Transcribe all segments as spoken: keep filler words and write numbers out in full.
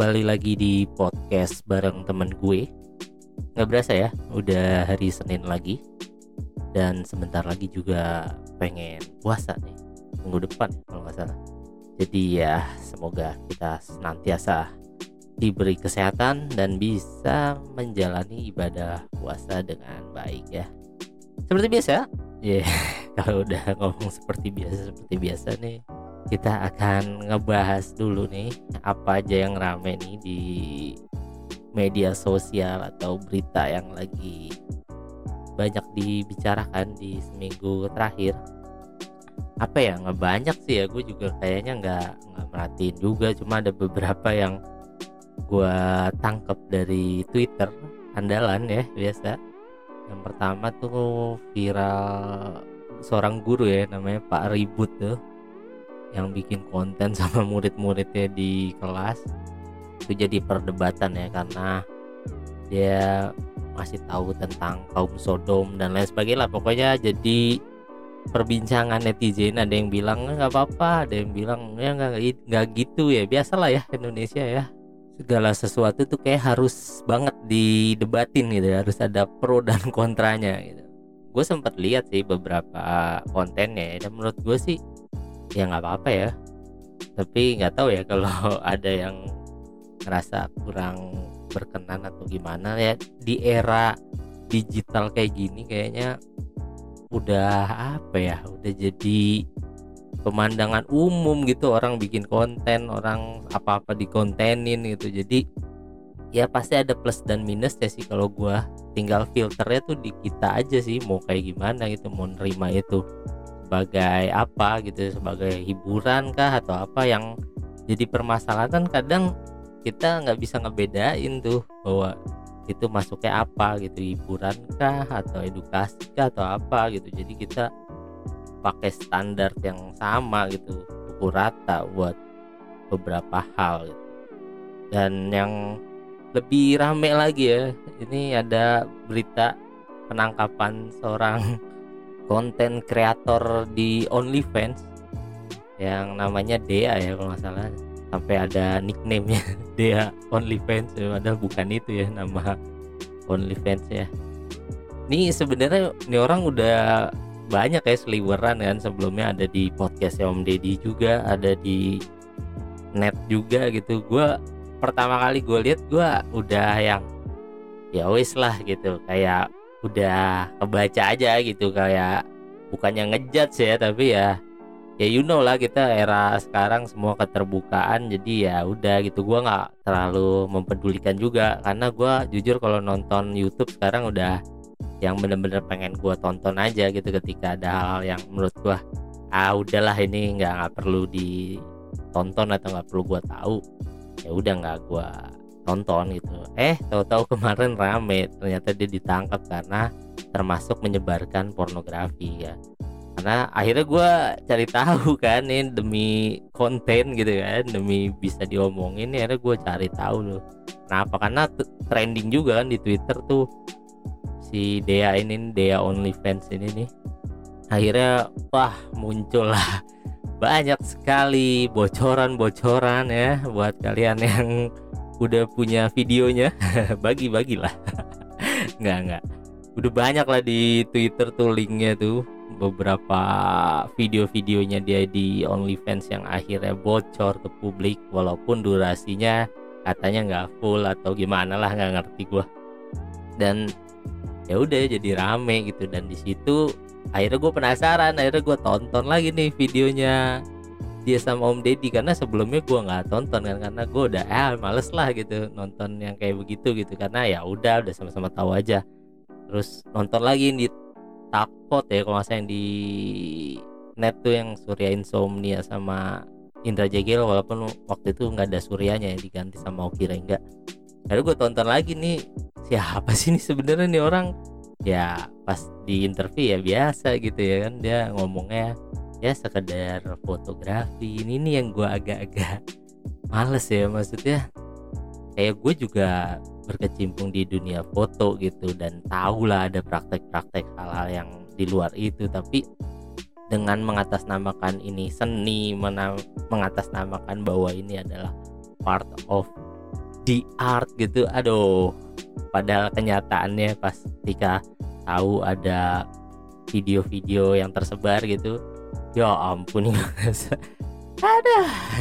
kembali lagi di podcast bareng temen gue. Nggak berasa ya, udah hari Senin lagi. Dan sebentar lagi juga pengen puasa nih, minggu depan kalau nggak salah. Jadi ya semoga kita senantiasa diberi kesehatan dan bisa menjalani ibadah puasa dengan baik ya. Seperti biasa, ya yeah, kalau udah ngomong seperti biasa seperti biasa nih, kita akan ngebahas dulu nih apa aja yang rame nih di media sosial atau berita yang lagi banyak dibicarakan di seminggu terakhir. Apa ya, nggak banyak sih ya, gue juga kayaknya nggak nggak merhatiin juga, cuma ada beberapa yang gue tangkap dari Twitter andalan ya biasa. Yang pertama tuh viral seorang guru ya, namanya Pak Ribut tuh, yang bikin konten sama murid-muridnya di kelas. Itu jadi perdebatan ya, karena dia masih tahu tentang kaum Sodom dan lain sebagainya lah. Pokoknya jadi perbincangan netizen. Ada yang bilang nggak apa-apa, ada yang bilang ya nggak nggak gitu ya, biasalah ya Indonesia ya, segala sesuatu tuh kayak harus banget didebatin gitu, harus ada pro dan kontranya gitu. Gue sempat lihat sih beberapa kontennya ya, dan menurut gue sih ya nggak apa-apa ya, tapi nggak tahu ya kalau ada yang ngerasa kurang berkenan atau gimana ya. Di era digital kayak gini kayaknya udah apa ya, udah jadi pemandangan umum gitu, orang bikin konten, orang apa-apa dikontenin gitu. Jadi ya pasti ada plus dan minus ya sih kalau gua. Tinggal filternya tuh di kita aja sih, mau kayak gimana gitu, mau nerima itu sebagai apa gitu, sebagai hiburan kah atau apa. Yang jadi permasalahan kadang kita nggak bisa ngebedain tuh bahwa itu masuknya apa gitu, hiburan kah atau edukasi kah atau apa gitu. Jadi kita pakai standar yang sama gitu, pukul rata buat beberapa hal gitu. Dan yang lebih rame lagi ya, ini ada berita penangkapan seorang konten kreator di OnlyFans yang namanya Dea ya kalau nggak salah, sampai ada nickname-nya Dea OnlyFans, padahal bukan itu ya nama OnlyFans ya. Ini sebenarnya ini orang udah banyak ya seliweran kan, sebelumnya ada di podcastnya Om Deddy juga, ada di net juga gitu. Gue pertama kali gue lihat, gue udah yang ya wis lah gitu, kayak udah kebaca aja gitu, kayak bukannya ngejudge ya, tapi ya ya you know lah, kita era sekarang semua keterbukaan, jadi ya udah gitu. Gue nggak terlalu mempedulikan juga, karena gue jujur kalau nonton YouTube sekarang udah yang bener-bener pengen gue tonton aja gitu. Ketika ada hal-hal yang menurut gue ah udahlah ini nggak nggak perlu ditonton atau nggak perlu gue tahu, ya udah nggak gue tonton gitu. Eh tahu-tahu kemarin rame, ternyata dia ditangkap karena termasuk menyebarkan pornografi ya. Karena akhirnya gue cari tahu kan, ini demi konten gitu kan, demi bisa diomongin ya, akhirnya gue cari tahu loh kenapa. Karena t- trending juga kan di Twitter tuh si Dea ini, Dea OnlyFans ini nih. Akhirnya wah muncul lah banyak sekali bocoran-bocoran ya buat kalian yang udah punya videonya. Bagi-bagilah. Nggak nggak udah banyak lah di Twitter tuh linknya tuh, beberapa video-videonya dia di OnlyFans yang akhirnya bocor ke publik, walaupun durasinya katanya nggak full atau gimana lah, nggak ngerti gua. Dan ya udah jadi rame gitu, dan di situ akhirnya gue penasaran, akhirnya gue tonton lagi nih videonya dia sama Om Deddy, karena sebelumnya gue nggak tonton kan, karena gue udah ah males lah gitu nonton yang kayak begitu gitu, karena ya udah udah sama-sama tahu aja. Terus nonton lagi di Takpot ya kalau nggak salah, yang di net tuh, yang Surya Insomnia sama Indra Jegel, walaupun waktu itu nggak ada Suryanya ya, diganti sama Oki Rengga. Lalu gue tonton lagi nih, siapa sih nih sebenarnya nih orang. Ya pas di interview ya biasa gitu ya kan, dia ngomongnya ya sekedar fotografi. Ini nih yang gue agak-agak males ya, maksudnya kayak gue juga berkecimpung di dunia foto gitu, dan tahu lah ada praktek-praktek hal-hal yang di luar itu, tapi dengan mengatasnamakan ini seni, mena- mengatasnamakan bahwa ini adalah part of di art gitu. Aduh, padahal kenyataannya pas ketika tahu ada video-video yang tersebar gitu, ya ampun. Ada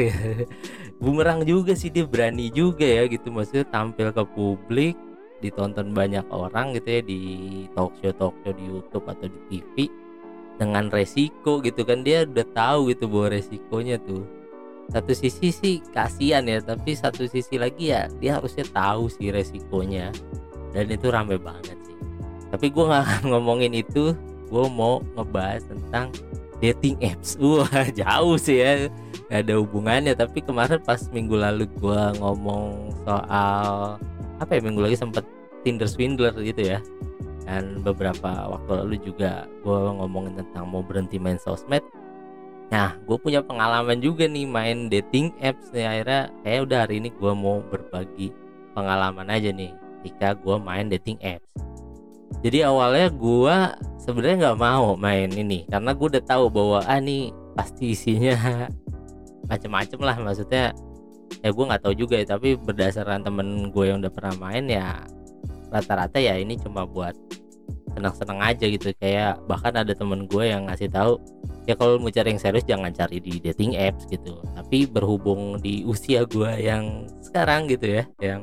bumerang juga sih, dia berani juga ya gitu, maksudnya tampil ke publik, ditonton banyak orang gitu ya, di talk show talk show di YouTube atau di T V, dengan resiko gitu kan. Dia udah tahu gitu bahwa resikonya tuh, satu sisi sih kasihan ya, tapi satu sisi lagi ya dia harusnya tahu sih resikonya. Dan itu rame banget sih. Tapi gue gak akan ngomongin itu, gue mau ngebahas tentang dating apps. Wah jauh sih ya, gak ada hubungannya. Tapi kemarin pas minggu lalu gue ngomong soal apa ya, minggu lagi sempet Tinder swindler gitu ya. Dan beberapa waktu lalu juga gue ngomongin tentang mau berhenti main sosmed. Nah gue punya pengalaman juga nih main dating apps nih. Akhirnya kayak udah hari ini gue mau berbagi pengalaman aja nih ketika gue main dating apps. Jadi awalnya gue sebenarnya nggak mau main ini karena gue udah tahu bahwa ah nih pasti isinya macem-macem lah. Maksudnya ya gue nggak tahu juga ya, tapi berdasarkan temen gue yang udah pernah main ya rata-rata ya ini cuma buat senang-senang aja gitu. Kayak bahkan ada temen gue yang ngasih tahu ya kalau mau cari yang serius jangan cari di dating apps gitu. Tapi berhubung di usia gue yang sekarang gitu ya, yang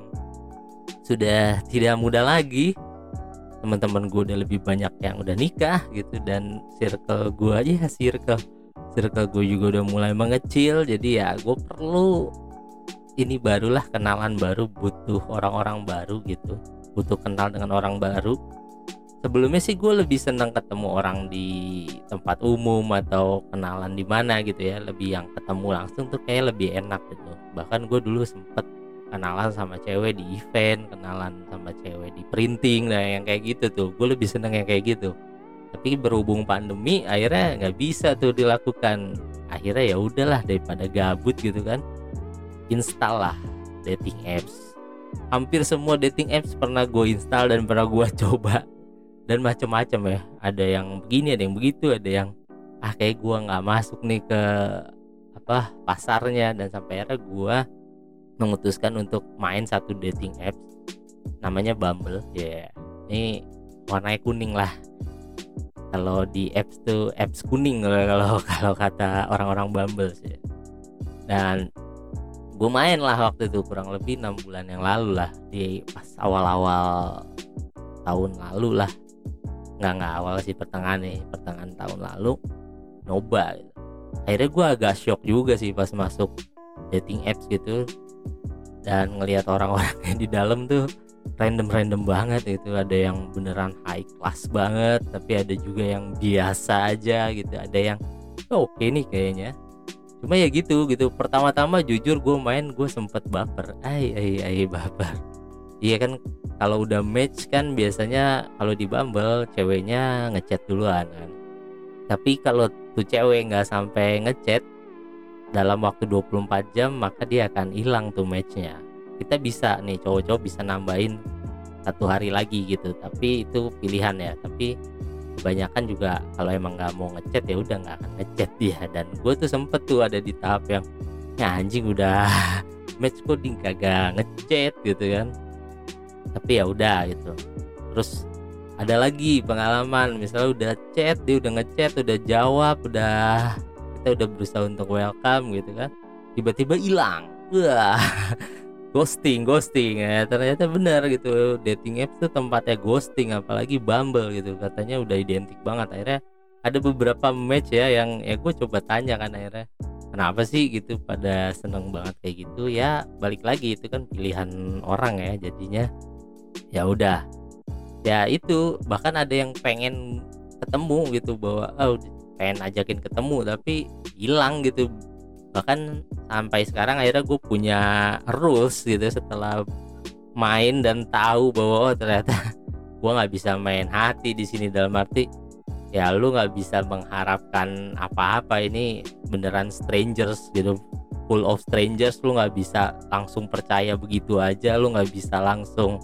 sudah tidak muda lagi, teman-teman gue udah lebih banyak yang udah nikah gitu, dan circle gue aja ya circle circle gue juga udah mulai mengecil. Jadi ya gue perlu ini barulah, kenalan baru, butuh orang-orang baru gitu, butuh kenal dengan orang baru. Sebelumnya sih gue lebih senang ketemu orang di tempat umum atau kenalan di mana gitu ya, lebih yang ketemu langsung tuh kayak lebih enak gitu. Bahkan gue dulu sempet kenalan sama cewek di event, kenalan sama cewek di printing, nah yang kayak gitu tuh gue lebih seneng yang kayak gitu. Tapi berhubung pandemi akhirnya nggak bisa tuh dilakukan. Akhirnya ya udahlah, daripada gabut gitu kan, install lah dating apps. Hampir semua dating apps pernah gue install dan pernah gue coba, dan macam-macam ya. Ada yang begini, ada yang begitu, ada yang ah kayak gue nggak masuk nih ke apa pasarnya. Dan sampai akhirnya gue memutuskan untuk main satu dating apps namanya Bumble ya. Yeah. Ini warnanya kuning lah. Kalau di apps tuh apps kuning kalau kalau kata orang-orang Bumble sih. Dan gue main lah waktu itu kurang lebih enam bulan yang lalu lah, di pas awal-awal tahun lalu lah. Nggak nggak awal sih, pertengahan nih, pertengahan tahun lalu nyoba gitu. Akhirnya gue agak shock juga sih pas masuk dating apps gitu, dan ngelihat orang-orang yang di dalam tuh random-random banget gitu. Ada yang beneran high class banget, tapi ada juga yang biasa aja gitu. Ada yang oh, oke okay nih kayaknya. Cuma ya gitu gitu. Pertama-tama jujur gue main gue sempet baper. Ay ay ay baper. Iya kan, kalau udah match kan biasanya kalau di Bumble ceweknya ngechat duluan kan. Tapi kalau tuh cewek nggak sampai ngechat dalam waktu dua puluh empat jam, maka dia akan hilang tuh matchnya. Kita bisa nih, cowok-cowok bisa nambahin satu hari lagi gitu, tapi itu pilihan ya. Tapi kebanyakan juga kalau emang nggak mau ngechat ya udah nggak akan ngechat dia. Dan gue tuh sempet tuh ada di tahap yang ya anjing udah match kok dia kagak ngechat gitu kan. Tapi ya udah gitu. Terus ada lagi pengalaman, misalnya udah chat, dia udah ngechat, udah jawab, udah kita udah berusaha untuk welcome gitu kan, tiba-tiba hilang. Wah, ghosting ghosting ya. Ternyata benar gitu, dating apps tuh tempatnya ghosting, apalagi Bumble gitu, katanya udah identik banget. Akhirnya ada beberapa match ya yang ya gue coba tanya kan, akhirnya kenapa sih gitu pada seneng banget kayak gitu. Ya balik lagi itu kan pilihan orang ya, jadinya ya udah ya itu. Bahkan ada yang pengen ketemu gitu, bahwa oh pengen ajakin ketemu tapi hilang gitu. Bahkan sampai sekarang akhirnya gue punya rules gitu setelah main dan tahu bahwa oh ternyata gue nggak bisa main hati di sini. Dalam arti ya lu nggak bisa mengharapkan apa-apa, ini beneran strangers gitu, full of strangers. Lu nggak bisa langsung percaya begitu aja, lu nggak bisa langsung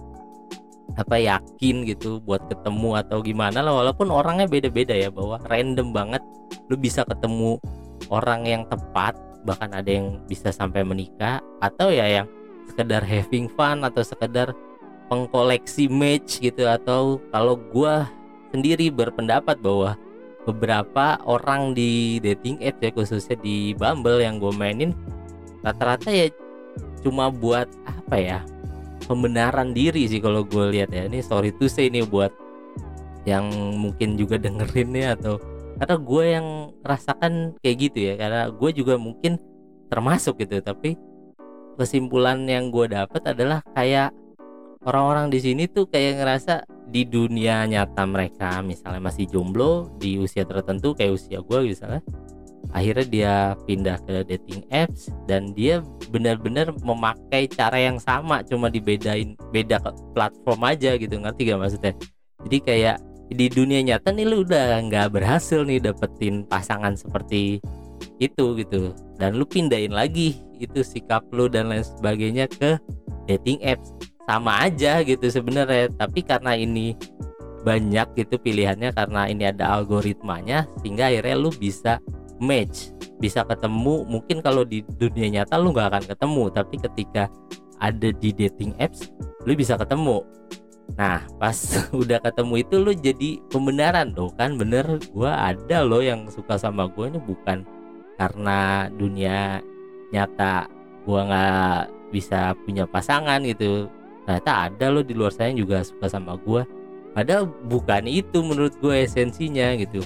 apa yakin gitu buat ketemu atau gimana lah. Walaupun orangnya beda-beda ya, bahwa random banget lu bisa ketemu orang yang tepat, bahkan ada yang bisa sampai menikah, atau ya yang sekedar having fun atau sekedar pengkoleksi match gitu. Atau kalau gue sendiri berpendapat bahwa beberapa orang di dating apps ya, khususnya di Bumble yang gue mainin, rata-rata ya cuma buat apa ya, pembenaran diri sih kalau gue lihat ya. Ini sorry to say nih buat yang mungkin juga dengerin ya, atau karena gue yang rasakan kayak gitu ya, karena gue juga mungkin termasuk gitu. Tapi kesimpulan yang gue dapat adalah kayak orang-orang di sini tuh kayak ngerasa di dunia nyata mereka misalnya masih jomblo di usia tertentu kayak usia gue misalnya, akhirnya dia pindah ke dating apps dan dia benar-benar memakai cara yang sama, cuma dibedain beda platform aja gitu. Ngerti gak maksudnya? Jadi kayak di dunia nyata nih lu udah nggak berhasil nih dapetin pasangan seperti itu gitu, dan lu pindahin lagi itu sikap lu dan lain sebagainya ke dating apps, sama aja gitu sebenarnya. Tapi karena ini banyak gitu pilihannya, karena ini ada algoritmanya, sehingga akhirnya lu bisa match, bisa ketemu. Mungkin kalau di dunia nyata lu nggak akan ketemu, tapi ketika ada di dating apps lu bisa ketemu. Nah pas udah ketemu itu lu jadi pembenaran loh kan, bener gue ada loh yang suka sama gue, ini bukan karena dunia nyata gue nggak bisa punya pasangan gitu, ternyata ada loh di luar sana yang juga suka sama gue. Padahal bukan itu menurut gue esensinya gitu.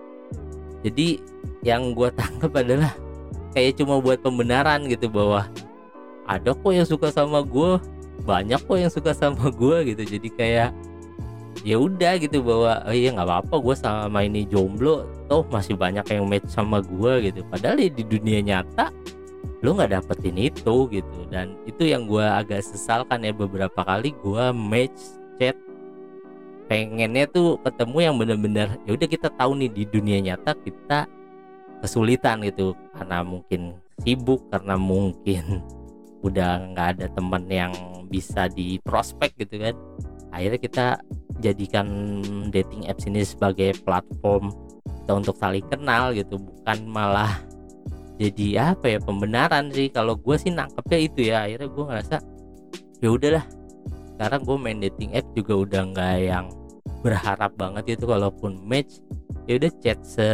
Jadi yang gue tangkap adalah kayak cuma buat pembenaran gitu, bahwa ada kok yang suka sama gue, banyak kok yang suka sama gue gitu. Jadi kayak ya udah gitu, bahwa oh iya nggak apa-apa gue sama ini jomblo, toh masih banyak yang match sama gue gitu. Padahal di dunia nyata lo nggak dapetin itu gitu. Dan itu yang gue agak sesalkan ya, beberapa kali gue match chat pengennya tuh ketemu yang benar-benar ya udah kita tahu nih di dunia nyata kita kesulitan gitu, karena mungkin sibuk, karena mungkin udah nggak ada teman yang bisa di prospek gitu kan. Akhirnya kita jadikan dating apps ini sebagai platform kita untuk saling kenal gitu, bukan malah jadi apa ya, pembenaran sih. Kalau gue sih nangkepnya itu ya. Akhirnya gue ngerasa ya udahlah, sekarang gue main dating app juga udah nggak yang berharap banget itu, kalaupun match ya udah chat se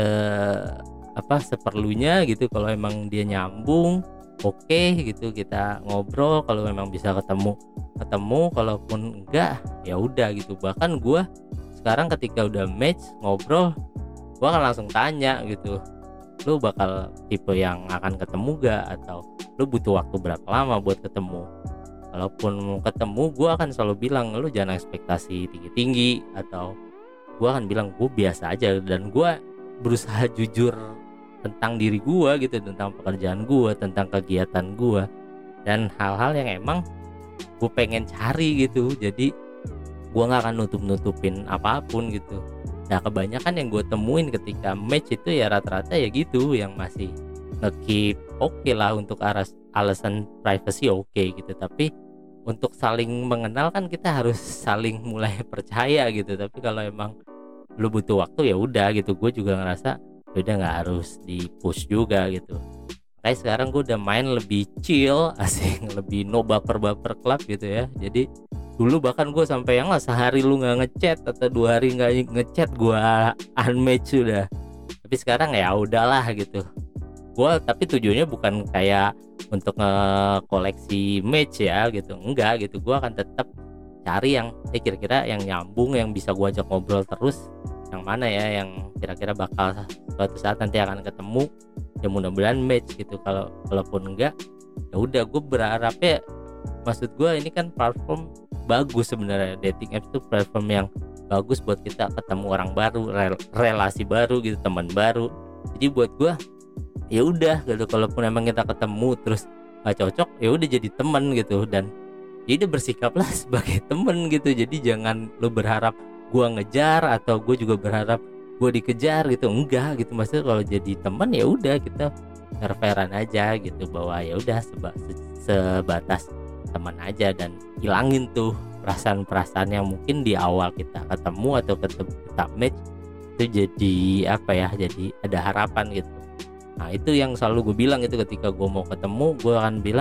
apa seperlunya gitu. Kalau emang dia nyambung oke okay, gitu kita ngobrol, kalau memang bisa ketemu ketemu, kalaupun enggak ya udah gitu. Bahkan gue sekarang ketika udah match ngobrol, gue akan langsung tanya gitu, lu bakal tipe yang akan ketemu gak, atau lu butuh waktu berapa lama buat ketemu. Kalaupun ketemu, gue akan selalu bilang lu jangan ekspektasi tinggi-tinggi, atau gue akan bilang gue biasa aja. Dan gue berusaha jujur tentang diri gue gitu, tentang pekerjaan gue, tentang kegiatan gue, dan hal-hal yang emang gue pengen cari gitu. Jadi gue gak akan nutup-nutupin apapun gitu. Nah kebanyakan yang gue temuin ketika match itu ya rata-rata ya gitu, yang masih nge-keep oke okay lah untuk aras, alasan privacy oke okay gitu. Tapi untuk saling mengenal kan kita harus saling mulai percaya gitu. Tapi kalau emang lu butuh waktu ya udah gitu. Gue juga ngerasa udah nggak harus di push juga gitu. Kayak sekarang gue udah main lebih chill, asing, lebih no baper-baper club gitu ya. Jadi dulu bahkan gue sampai yang lah sehari lu nggak ngechat atau dua hari nggak ngechat gue unmatch sudah. Tapi sekarang ya udahlah gitu. Gue tapi tujuannya bukan kayak untuk nge-koleksi match ya gitu, enggak gitu. Gue akan tetap cari yang eh, kira-kira yang nyambung, yang bisa gue ajak ngobrol terus, yang mana ya yang kira-kira bakal suatu saat nanti akan ketemu, ya mudah-mudahan match gitu. Kalau kalaupun enggak ya udah, gue berharapnya, maksud gue ini kan platform bagus sebenarnya, dating apps itu platform yang bagus buat kita ketemu orang baru, rel, relasi baru gitu, teman baru. Jadi buat gue ya udah gitu, kalaupun emang kita ketemu terus gak cocok ya udah jadi teman gitu, dan ya udah bersikaplah sebagai teman gitu. Jadi jangan lo berharap gue ngejar atau gue juga berharap gue dikejar gitu, enggak gitu. Maksudnya kalau jadi teman ya udah kita fair-fairan aja gitu, bahwa ya udah seba, se, sebatas teman aja, dan hilangin tuh perasaan-perasaan yang mungkin di awal kita ketemu atau kita match itu jadi apa ya, jadi ada harapan gitu. Nah itu yang selalu gue bilang itu, ketika gue mau ketemu gue akan bilang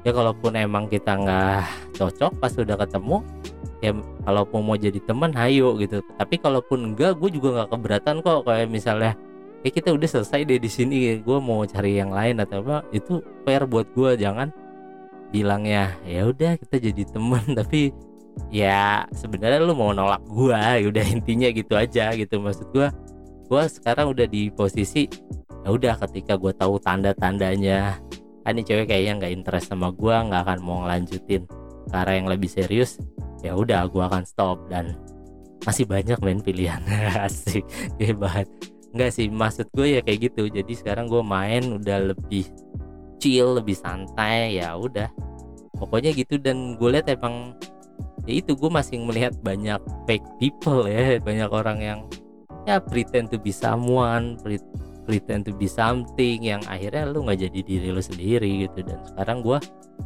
Ya kalaupun emang kita nggak cocok pas udah ketemu, ya kalaupun mau jadi teman hayo gitu. Tapi kalaupun enggak, gue juga nggak keberatan kok. Kayak misalnya ya kita udah selesai deh di sini, gue mau cari yang lain atau apa, itu fair buat gue. Jangan bilangnya ya udah kita jadi teman tapi ya sebenarnya lu mau nolak gue, udah intinya gitu aja gitu. Maksud gue gue sekarang udah di posisi ya udah, ketika gue tahu tanda-tandanya kan ini cewek kayaknya nggak interest sama gue, nggak akan mau ngelanjutin ke arah yang lebih serius, ya udah gue akan stop. Dan masih banyak main pilihan. Asik, hebat. Enggak sih, maksud gue ya kayak gitu. Jadi sekarang gue main udah lebih chill, lebih santai, ya udah pokoknya gitu. Dan gue lihat emang ya itu, gue masih melihat banyak fake people ya, banyak orang yang ya pretend to be someone, pretend to be something, yang akhirnya lu nggak jadi diri lu sendiri gitu. Dan sekarang gue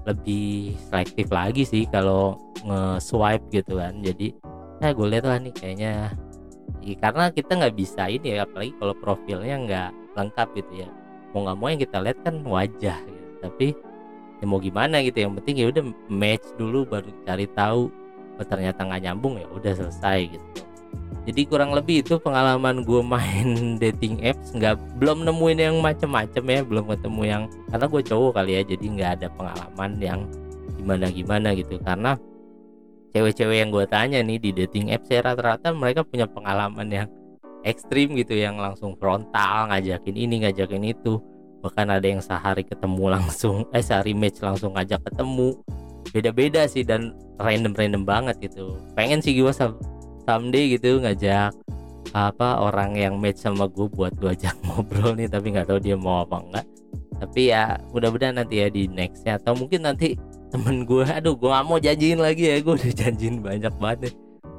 lebih selektif lagi sih kalau nge-swipe gitu kan. Jadi nah gue lihat lah nih kayaknya ya, karena kita nggak bisa ini ya, apalagi kalau profilnya nggak lengkap gitu ya, mau nggak mau yang kita lihat kan wajah gitu. Tapi ya mau gimana gitu, yang penting ya udah match dulu baru cari tahu. Oh, ternyata nggak nyambung, ya udah selesai gitu. Jadi kurang lebih itu pengalaman gue main dating apps. Nggak, belum nemuin yang macem-macem ya, belum ketemu yang, karena gue cowok kali ya, jadi nggak ada pengalaman yang gimana-gimana gitu. Karena cewek-cewek yang gue tanya nih di dating apps ya rata-rata mereka punya pengalaman yang ekstrim gitu, yang langsung frontal, ngajakin ini ngajakin itu. Bahkan ada yang sehari ketemu langsung eh sehari match langsung ngajak ketemu. Beda-beda sih dan random-random banget gitu. Pengen sih gue someday gitu ngajak apa orang yang match sama gue buat gue ajak ngobrol nih, tapi nggak tahu dia mau apa enggak. Tapi ya mudah-mudahan nanti ya di nextnya, atau mungkin nanti temen gue, aduh gue gak mau janjiin lagi ya, gue udah janjiin banyak banget deh.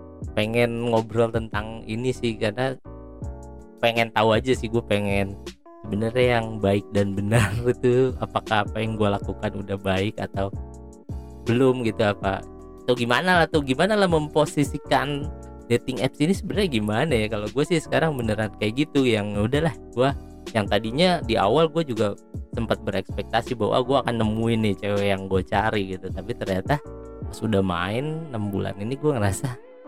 Pengen ngobrol tentang ini sih, karena pengen tahu aja sih, gue pengen sebenarnya yang baik dan benar itu apakah apa yang gue lakukan udah baik atau belum gitu, apa atau gimana lah, atau gimana lah memposisikan dating apps ini sebenarnya gimana ya. Kalau gue sih sekarang beneran kayak gitu, yang udahlah gue, yang tadinya di awal gue juga sempat berekspektasi bahwa gue akan nemuin nih cewek yang gue cari gitu, tapi ternyata pas udah main enam bulan ini gue ngerasa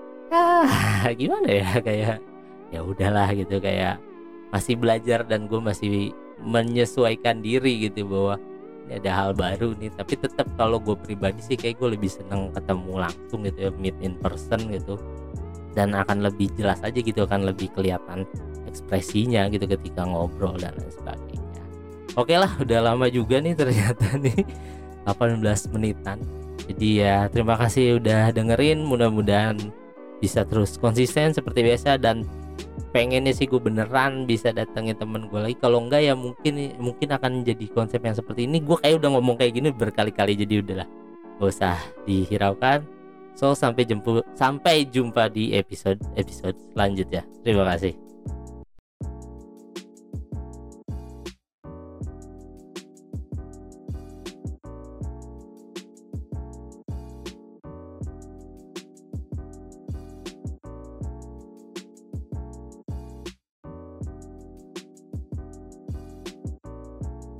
ah gimana ya, kayak ya udahlah gitu, kayak masih belajar dan gue masih menyesuaikan diri gitu bahwa ini ada hal baru nih. Tapi tetap kalau gue pribadi sih kayak gue lebih seneng ketemu langsung gitu ya, meet in person gitu, dan akan lebih jelas aja gitu, akan lebih kelihatan ekspresinya gitu ketika ngobrol dan lain sebagainya. Oke lah, udah lama juga nih ternyata nih delapan belas menitan. Jadi ya terima kasih udah dengerin, mudah-mudahan bisa terus konsisten seperti biasa. Dan pengennya sih gue beneran bisa datengin temen gue lagi. Kalau enggak ya mungkin mungkin akan jadi konsep yang seperti ini. Gue kayak udah ngomong kayak gini berkali-kali, jadi udahlah gak usah dihiraukan. So sampai jumpa sampai jumpa di episode episode selanjutnya. Terima kasih.